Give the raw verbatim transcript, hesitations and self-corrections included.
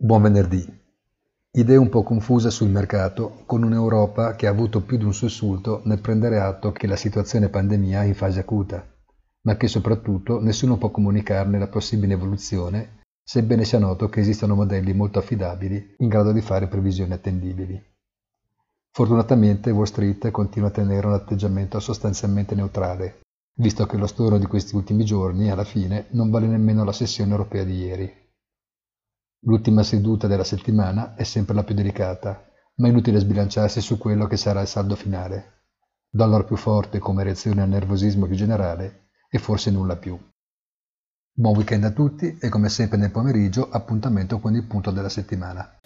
Buon venerdì. Idee un po' confuse sul mercato, con un'Europa che ha avuto più di un sussulto nel prendere atto che la situazione pandemia è in fase acuta, ma che soprattutto nessuno può comunicarne la possibile evoluzione, sebbene sia noto che esistono modelli molto affidabili in grado di fare previsioni attendibili. Fortunatamente Wall Street continua a tenere un atteggiamento sostanzialmente neutrale, visto che lo storno di questi ultimi giorni, alla fine, non vale nemmeno la sessione europea di ieri. L'ultima seduta della settimana è sempre la più delicata, ma è inutile sbilanciarsi su quello che sarà il saldo finale. Dollaro più forte come reazione al nervosismo più generale e forse nulla più. Buon weekend a tutti e come sempre nel pomeriggio appuntamento con il punto della settimana.